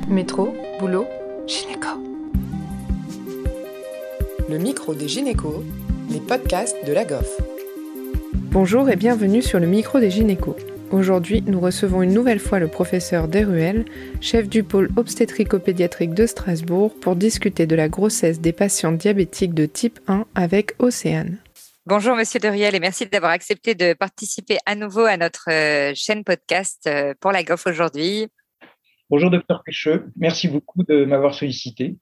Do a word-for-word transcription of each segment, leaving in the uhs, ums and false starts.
Métro, boulot, gynéco. Le micro des gynécos, les podcasts de la G O F. Bonjour et bienvenue sur le micro des gynécos. Aujourd'hui, nous recevons une nouvelle fois le professeur Deruel, chef du pôle obstétrico-pédiatrique de Strasbourg, pour discuter de la grossesse des patientes diabétiques de type un avec Océane. Bonjour Monsieur Deruel et merci d'avoir accepté de participer à nouveau à notre chaîne podcast pour la G O F aujourd'hui. Bonjour Docteur Pécheux, merci beaucoup de m'avoir sollicité.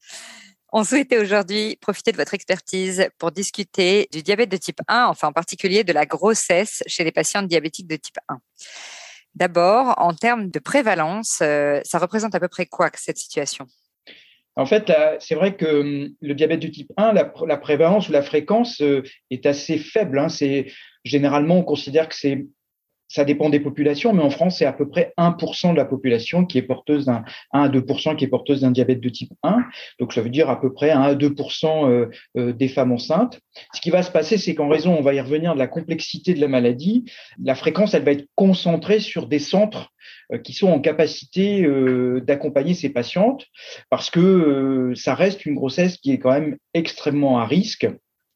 On souhaitait aujourd'hui profiter de votre expertise pour discuter du diabète de type un, enfin en particulier de la grossesse chez les patientes diabétiques de type un. D'abord, en termes de prévalence, ça représente à peu près quoi cette situation ? En fait, là, c'est vrai que le diabète de type un, la, la prévalence ou la fréquence euh, est assez faible. Hein. C'est, généralement, on considère que c'est, ça dépend des populations, mais en France, c'est à peu près un pour cent de la population qui est porteuse d'un un à deux pour cent qui est porteuse d'un diabète de type un. Donc, ça veut dire à peu près un à deux pour cent euh, euh, des femmes enceintes. Ce qui va se passer, c'est qu'en raison, on va y revenir, de la complexité de la maladie, la fréquence, elle va être concentrée sur des centres qui sont en capacité euh, d'accompagner ces patientes parce que euh, ça reste une grossesse qui est quand même extrêmement à risque.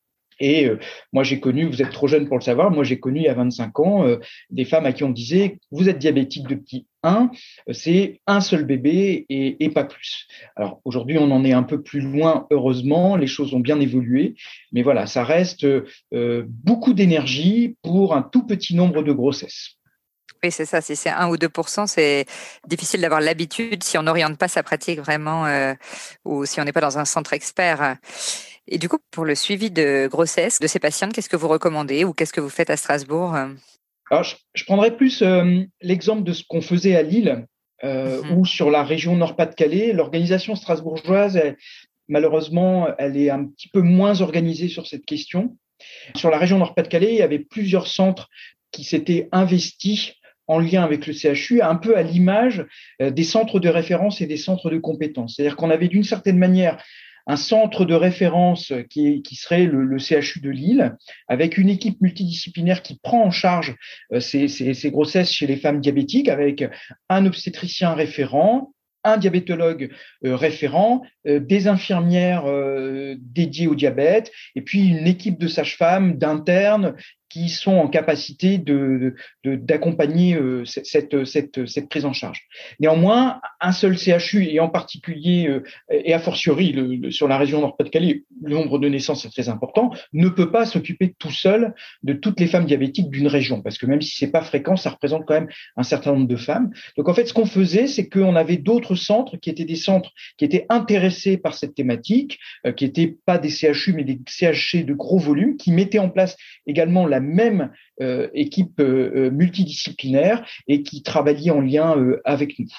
Et euh, moi, j'ai connu, vous êtes trop jeune pour le savoir, moi, j'ai connu il y a vingt-cinq ans euh, des femmes à qui on disait « vous êtes diabétique de type un, c'est un seul bébé et, et pas plus ». Alors, aujourd'hui, on en est un peu plus loin, heureusement, les choses ont bien évolué, mais voilà, ça reste euh, beaucoup d'énergie pour un tout petit nombre de grossesses. Oui, c'est ça. Si c'est un ou deux pour cent, c'est difficile d'avoir l'habitude si on n'oriente pas sa pratique vraiment euh, ou si on n'est pas dans un centre expert. Et du coup, pour le suivi de grossesse de ces patientes, qu'est-ce que vous recommandez ou qu'est-ce que vous faites à Strasbourg ? Alors, je, je prendrais plus euh, l'exemple de ce qu'on faisait à Lille euh, mm-hmm. ou sur la région Nord-Pas-de-Calais. L'organisation strasbourgeoise, elle, malheureusement, elle est un petit peu moins organisée sur cette question. Sur la région Nord-Pas-de-Calais, il y avait plusieurs centres qui s'étaient investis en lien avec le C H U, un peu à l'image des centres de référence et des centres de compétences. C'est-à-dire qu'on avait d'une certaine manière un centre de référence qui, qui serait le, le C H U de Lille, avec une équipe multidisciplinaire qui prend en charge ces, ces, ces grossesses chez les femmes diabétiques, avec un obstétricien référent, un diabétologue euh, référent, euh, des infirmières euh, dédiées au diabète, et puis une équipe de sages-femmes, d'internes, qui sont en capacité de, de, d'accompagner euh, cette, cette, cette prise en charge. Néanmoins, un seul C H U, et en particulier, euh, et a fortiori le, le, sur la région Nord-Pas-de-Calais, le nombre de naissances est très important, ne peut pas s'occuper tout seul de toutes les femmes diabétiques d'une région, parce que même si c'est pas fréquent, ça représente quand même un certain nombre de femmes. Donc en fait, ce qu'on faisait, c'est qu'on avait d'autres centres qui étaient des centres qui étaient intéressés par cette thématique, euh, qui n'étaient pas des C H U, mais des C H C de gros volume, qui mettaient en place également la même euh, équipe euh, multidisciplinaire et qui travaillait en lien euh, avec nous.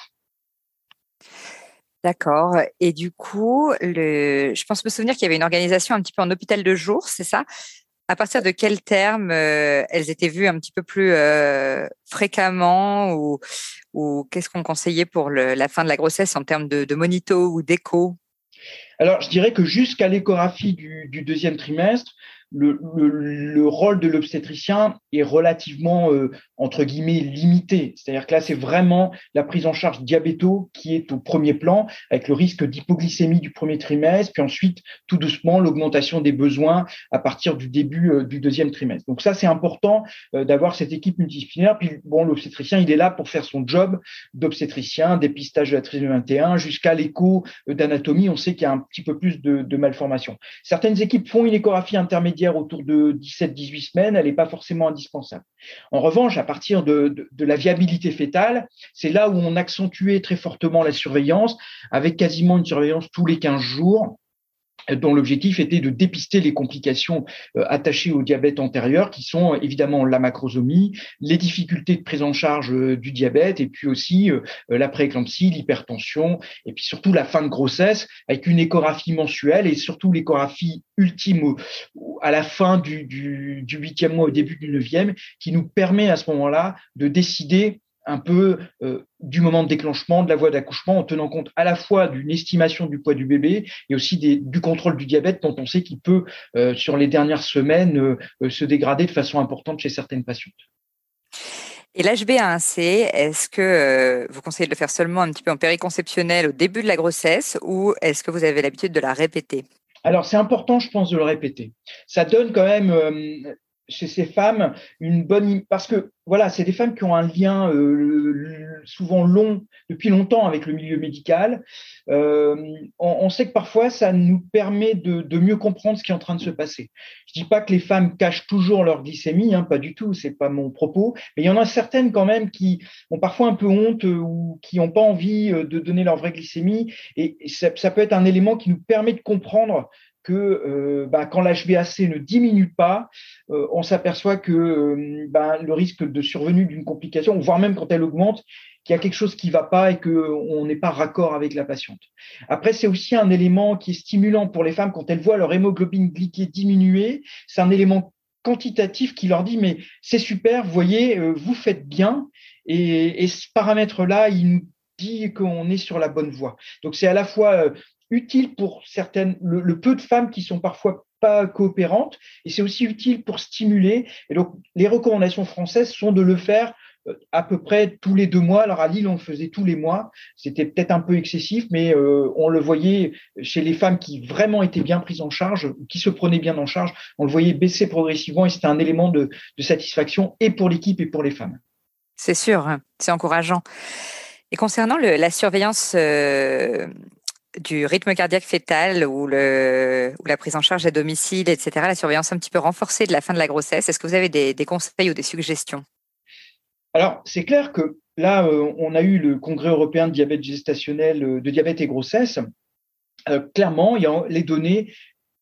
D'accord. Et du coup, le... je pense me souvenir qu'il y avait une organisation un petit peu en hôpital de jour, c'est ça ? À partir de quel terme euh, elles étaient vues un petit peu plus euh, fréquemment ou, ou qu'est-ce qu'on conseillait pour le, la fin de la grossesse en termes de, de monito ou d'écho ? Alors, je dirais que jusqu'à l'échographie du, du deuxième trimestre, Le, le, le rôle de l'obstétricien est relativement, euh, entre guillemets, limité. C'est-à-dire que là, c'est vraiment la prise en charge diabéto qui est au premier plan, avec le risque d'hypoglycémie du premier trimestre, puis ensuite, tout doucement, l'augmentation des besoins à partir du début euh, du deuxième trimestre. Donc ça, c'est important euh, d'avoir cette équipe multidisciplinaire. Puis, bon, l'obstétricien, il est là pour faire son job d'obstétricien, dépistage de la trisomie vingt et un, jusqu'à l'écho d'anatomie. On sait qu'il y a un petit peu plus de, de malformations. Certaines équipes font une échographie intermédiaire autour de dix-sept à dix-huit semaines, elle n'est pas forcément indispensable. En revanche, à partir de, de, de la viabilité fétale, c'est là où on accentuait très fortement la surveillance, avec quasiment une surveillance tous les quinze jours, dont l'objectif était de dépister les complications euh, attachées au diabète antérieur, qui sont euh, évidemment la macrosomie, les difficultés de prise en charge euh, du diabète, et puis aussi euh, la prééclampsie, l'hypertension, et puis surtout la fin de grossesse, avec une échographie mensuelle, et surtout l'échographie ultime au, à la fin du, du, du huitième mois, au début du neuvième, qui nous permet à ce moment-là de décider un peu euh, du moment de déclenchement, de la voie d'accouchement, en tenant compte à la fois d'une estimation du poids du bébé et aussi des, du contrôle du diabète dont on sait qu'il peut, euh, sur les dernières semaines, euh, se dégrader de façon importante chez certaines patientes. Et l'H b A un C, est-ce que euh, vous conseillez de le faire seulement un petit peu en périconceptionnel au début de la grossesse ou est-ce que vous avez l'habitude de la répéter? Alors, c'est important, je pense, de le répéter. Ça donne quand même, euh, chez ces femmes, une bonne... Parce que, voilà, c'est des femmes qui ont un lien euh, souvent long, depuis longtemps, avec le milieu médical. Euh, on, on sait que parfois, ça nous permet de, de mieux comprendre ce qui est en train de se passer. Je dis pas que les femmes cachent toujours leur glycémie, hein, pas du tout, c'est pas mon propos. Mais il y en a certaines quand même qui ont parfois un peu honte euh, ou qui n'ont pas envie euh, de donner leur vraie glycémie. Et ça, ça peut être un élément qui nous permet de comprendre que euh, bah, quand l'H b A C ne diminue pas, euh, on s'aperçoit que euh, bah, le risque de survenue d'une complication, voire même quand elle augmente, qu'il y a quelque chose qui ne va pas et qu'on n'est pas raccord avec la patiente. Après, c'est aussi un élément qui est stimulant pour les femmes quand elles voient leur hémoglobine glyquée diminuer. C'est un élément quantitatif qui leur dit mais c'est super, vous voyez, euh, vous faites bien. Et, et ce paramètre-là, il nous dit qu'on est sur la bonne voie. Donc, c'est à la fois euh, utile pour certaines, le, le peu de femmes qui sont parfois pas coopérantes, et c'est aussi utile pour stimuler. Et donc, les recommandations françaises sont de le faire à peu près tous les deux mois. Alors, à Lille, on le faisait tous les mois. C'était peut-être un peu excessif, mais euh, on le voyait chez les femmes qui vraiment étaient bien prises en charge, qui se prenaient bien en charge, on le voyait baisser progressivement, et c'était un élément de, de satisfaction et pour l'équipe et pour les femmes. C'est sûr, c'est encourageant. Et concernant le, la surveillance euh, du rythme cardiaque fœtal ou, le, ou la prise en charge à domicile, et cetera, la surveillance un petit peu renforcée de la fin de la grossesse, est-ce que vous avez des, des conseils ou des suggestions? Alors, c'est clair que là, euh, on a eu le Congrès européen de diabète gestationnel, euh, de diabète et grossesse. Euh, clairement, il y a, les données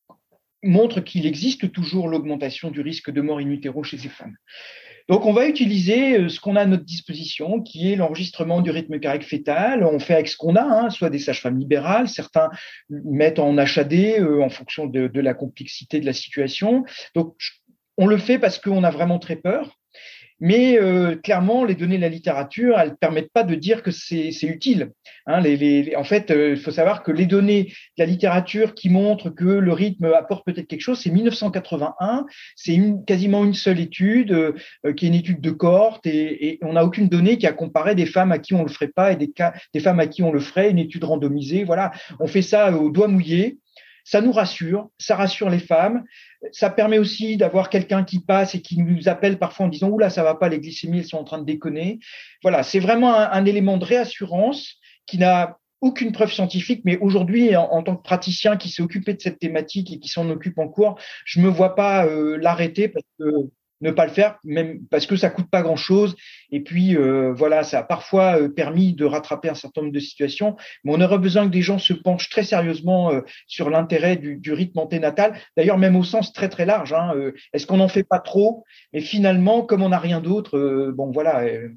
montrent qu'il existe toujours l'augmentation du risque de mort in utero chez ces femmes. Donc, on va utiliser ce qu'on a à notre disposition, qui est l'enregistrement du rythme cardiaque fœtal. On fait avec ce qu'on a, hein, soit des sages-femmes libérales, certains mettent en H A D euh, en fonction de, de la complexité de la situation. Donc, on le fait parce qu'on a vraiment très peur. Mais euh, clairement, les données de la littérature, elles ne permettent pas de dire que c'est, c'est utile. Hein, les, les, en fait, il euh, faut savoir que les données de la littérature qui montrent que le rythme apporte peut-être quelque chose, c'est mille neuf cent quatre-vingt-un. C'est une, quasiment une seule étude, euh, qui est une étude de cohorte, et, et on n'a aucune donnée qui a comparé des femmes à qui on ne le ferait pas et des, cas, des femmes à qui on le ferait, une étude randomisée. Voilà, on fait ça au doigt mouillé. Ça nous rassure, ça rassure les femmes. Ça permet aussi d'avoir quelqu'un qui passe et qui nous appelle parfois en disant « Oula, ça va pas, les glycémies, elles sont en train de déconner ». Voilà, c'est vraiment un, un élément de réassurance qui n'a aucune preuve scientifique, mais aujourd'hui, en, en tant que praticien qui s'est occupé de cette thématique et qui s'en occupe en cours, je me vois pas euh, l'arrêter parce que ne pas le faire, même parce que ça coûte pas grand-chose. Et puis, euh, voilà, ça a parfois euh, permis de rattraper un certain nombre de situations. Mais on aurait besoin que des gens se penchent très sérieusement euh, sur l'intérêt du, du rythme anténatal. D'ailleurs, même au sens très, très large. Hein, euh, est-ce qu'on n'en fait pas trop? Mais finalement, comme on n'a rien d'autre, euh, bon, voilà. Euh...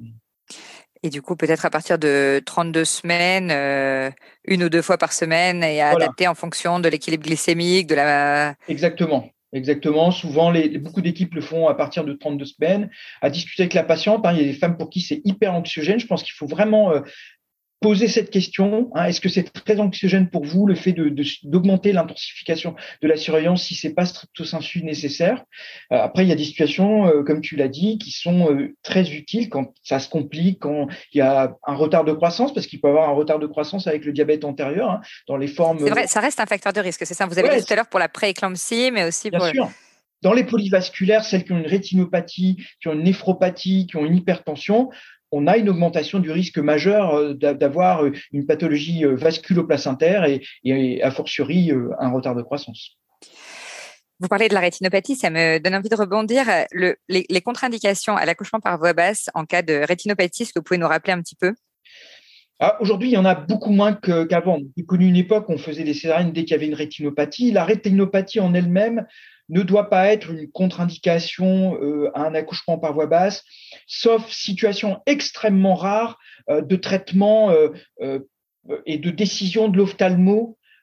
Et du coup, peut-être à partir de trente-deux semaines, euh, une ou deux fois par semaine, et à voilà. adapter en fonction de l'équilibre glycémique, de la… Exactement. Exactement. Souvent, les, beaucoup d'équipes le font à partir de trente-deux semaines, à discuter avec la patiente. Hein. Il y a des femmes pour qui c'est hyper anxiogène. Je pense qu'il faut vraiment euh, poser cette question. Hein. Est-ce que c'est très anxiogène pour vous, le fait de, de, d'augmenter l'intensification de la surveillance si c'est pas stricto sensu nécessaire? euh, Après, il y a des situations, euh, comme tu l'as dit, qui sont euh, très utiles quand ça se complique, quand il y a un retard de croissance, parce qu'il peut y avoir un retard de croissance avec le diabète antérieur, hein, dans les formes… C'est vrai, ça reste un facteur de risque, c'est ça. Vous avez ouais, dit tout à l'heure pour la pré-éclampsie, mais aussi bien pour… sûr. Dans les polyvasculaires, celles qui ont une rétinopathie, qui ont une néphropathie, qui ont une hypertension, on a une augmentation du risque majeur d'avoir une pathologie vasculoplacentaire et, et a fortiori un retard de croissance. Vous parlez de la rétinopathie, ça me donne envie de rebondir. Le, les, les contre-indications à l'accouchement par voie basse en cas de rétinopathie, est-ce que vous pouvez nous rappeler un petit peu? Ah, aujourd'hui, il y en a beaucoup moins que, qu'avant. J'ai connu une époque où on faisait des césariennes dès qu'il y avait une rétinopathie. La rétinopathie en elle-même ne doit pas être une contre-indication euh, à un accouchement par voie basse, sauf situation extrêmement rare euh, de traitement euh, euh, et de décision de l'ophtalmo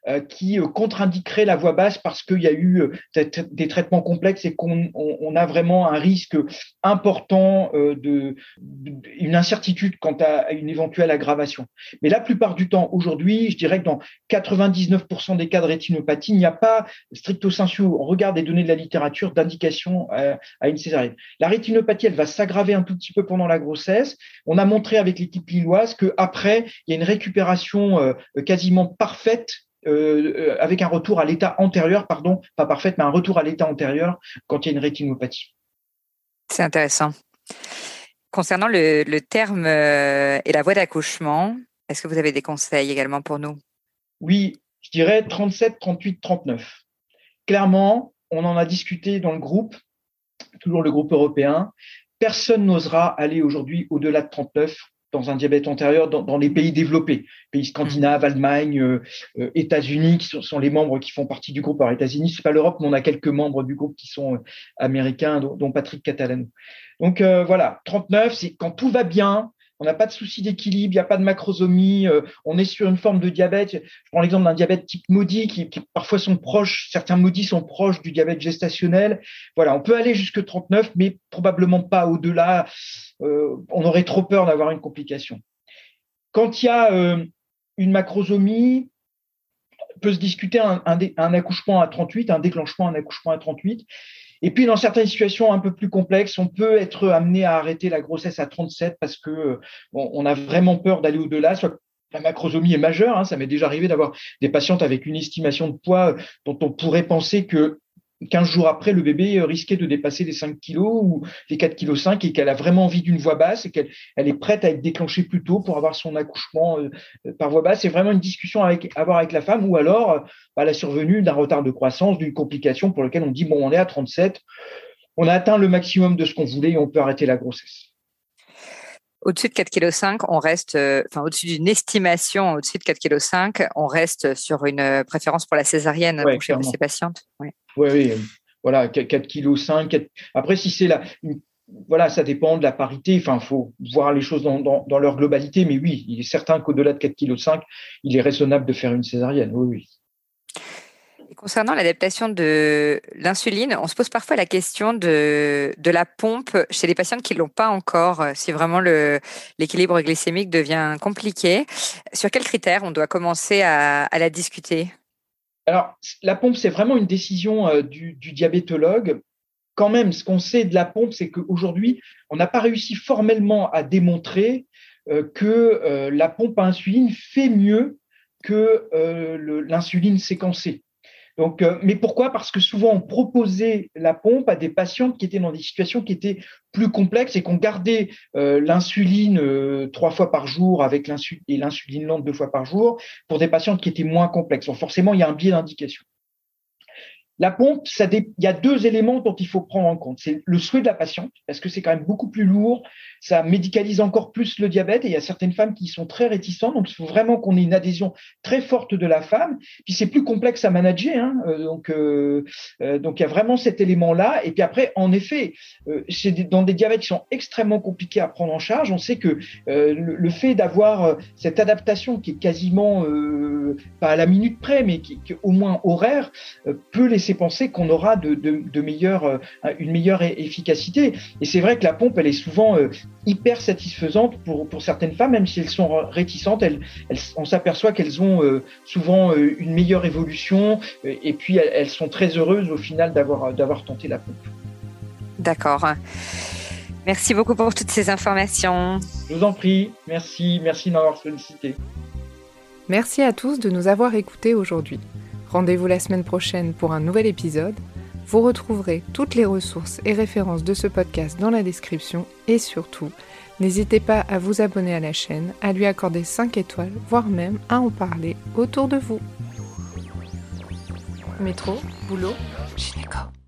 euh, qui euh, contre-indiquerait la voix basse parce qu'il y a eu euh, des, des traitements complexes et qu'on on, on a vraiment un risque important euh, de, de une incertitude quant à une éventuelle aggravation. Mais la plupart du temps, aujourd'hui, je dirais que dans quatre-vingt-dix-neuf pour cent des cas de rétinopathie, il n'y a pas stricto sensu, on regarde les données de la littérature, d'indication à, à une césarienne. La rétinopathie, elle va s'aggraver un tout petit peu pendant la grossesse. On a montré avec l'équipe lilloise qu'après, il y a une récupération euh, quasiment parfaite euh, avec un retour à l'état antérieur, pardon, pas parfaite, mais un retour à l'état antérieur quand il y a une rétinopathie. C'est intéressant. Concernant le, le terme euh, et la voie d'accouchement, est-ce que vous avez des conseils également pour nous? Oui, je dirais trente-sept, trente-huit, trente-neuf. Clairement, on en a discuté dans le groupe, toujours le groupe européen. Personne n'osera aller aujourd'hui au-delà de trente-neuf dans un diabète antérieur dans, dans les pays développés, pays scandinaves, Allemagne, euh, euh, États-Unis, qui sont, sont les membres qui font partie du groupe. Alors, États-Unis, c'est pas l'Europe, mais on a quelques membres du groupe qui sont euh, américains, dont, dont Patrick Catalano. Donc euh, voilà, trente-neuf, c'est quand tout va bien. On n'a pas de souci d'équilibre, il n'y a pas de macrosomie, euh, on est sur une forme de diabète. Je prends l'exemple d'un diabète type maudit qui, qui parfois sont proches, certains maudits sont proches du diabète gestationnel. Voilà, on peut aller jusque trente-neuf, mais probablement pas au-delà. Euh, on aurait trop peur d'avoir une complication. Quand il y a euh, une macrosomie, peut se discuter un, un, un accouchement à trente-huit, un déclenchement, un accouchement à trente-huit. Et puis, dans certaines situations un peu plus complexes, on peut être amené à arrêter la grossesse à trente-sept parce que bon, on a vraiment peur d'aller au-delà, soit la macrosomie est majeure. Hein, ça m'est déjà arrivé d'avoir des patientes avec une estimation de poids dont on pourrait penser que quinze jours après, le bébé risquait de dépasser les cinq kilos ou les quatre virgule cinq kilos et qu'elle a vraiment envie d'une voix basse et qu'elle elle est prête à être déclenchée plus tôt pour avoir son accouchement euh, par voix basse. C'est vraiment une discussion avec, à avoir avec la femme ou alors bah, la survenue d'un retard de croissance, d'une complication pour laquelle on dit bon, on est à trente-sept, on a atteint le maximum de ce qu'on voulait et on peut arrêter la grossesse. Au-dessus de quatre virgule cinq kilos, on reste, euh, enfin, au-dessus d'une estimation, au-dessus de quatre virgule cinq kilos, on reste sur une préférence pour la césarienne ouais, pour chez ces patientes. Oui, ouais, oui, voilà, quatre virgule cinq kilos. Après, si c'est la, une, voilà, ça dépend de la parité. Enfin, il faut voir les choses dans, dans, dans leur globalité. Mais oui, il est certain qu'au-delà de quatre virgule cinq kilos, il est raisonnable de faire une césarienne. Oui, oui. Et concernant l'adaptation de l'insuline, on se pose parfois la question de, de la pompe chez les patientes qui ne l'ont pas encore, si vraiment le, l'équilibre glycémique devient compliqué. Sur quels critères on doit commencer à, à la discuter? Alors, la pompe, c'est vraiment une décision euh, du, du diabétologue. Quand même, ce qu'on sait de la pompe, c'est qu'aujourd'hui, on n'a pas réussi formellement à démontrer euh, que euh, la pompe à insuline fait mieux que euh, le, l'insuline séquencée. Donc, euh, mais pourquoi? Parce que souvent, on proposait la pompe à des patients qui étaient dans des situations qui étaient plus complexes et qu'on gardait euh, l'insuline euh, trois fois par jour avec l'insuline et l'insuline lente deux fois par jour pour des patientes qui étaient moins complexes. Donc, forcément, il y a un biais d'indication. La pompe, ça dé... il y a deux éléments dont il faut prendre en compte. C'est le souhait de la patiente, parce que c'est quand même beaucoup plus lourd, ça médicalise encore plus le diabète, et il y a certaines femmes qui sont très réticentes, donc il faut vraiment qu'on ait une adhésion très forte de la femme. Puis c'est plus complexe à manager, hein, euh, donc euh, euh, donc il y a vraiment cet élément-là. Et puis après, en effet, euh, c'est des, dans des diabètes qui sont extrêmement compliqués à prendre en charge, on sait que euh, le, le fait d'avoir euh, cette adaptation qui est quasiment euh, pas à la minute près, mais qui, qui au moins horaire, euh, peut laisser penser qu'on aura de, de, de meilleure, euh, une meilleure efficacité. Et c'est vrai que la pompe, elle est souvent euh, hyper satisfaisante pour, pour certaines femmes, même si elles sont réticentes, elles, elles, on s'aperçoit qu'elles ont euh, souvent euh, une meilleure évolution euh, et puis elles, elles sont très heureuses au final d'avoir, d'avoir tenté la pompe. D'accord. Merci beaucoup pour toutes ces informations. Je vous en prie. Merci. Merci de m'avoir sollicité. Merci à tous de nous avoir écoutés aujourd'hui. Rendez-vous la semaine prochaine pour un nouvel épisode. Vous retrouverez toutes les ressources et références de ce podcast dans la description et surtout, n'hésitez pas à vous abonner à la chaîne, à lui accorder cinq étoiles, voire même à en parler autour de vous. Métro, boulot, gynéco.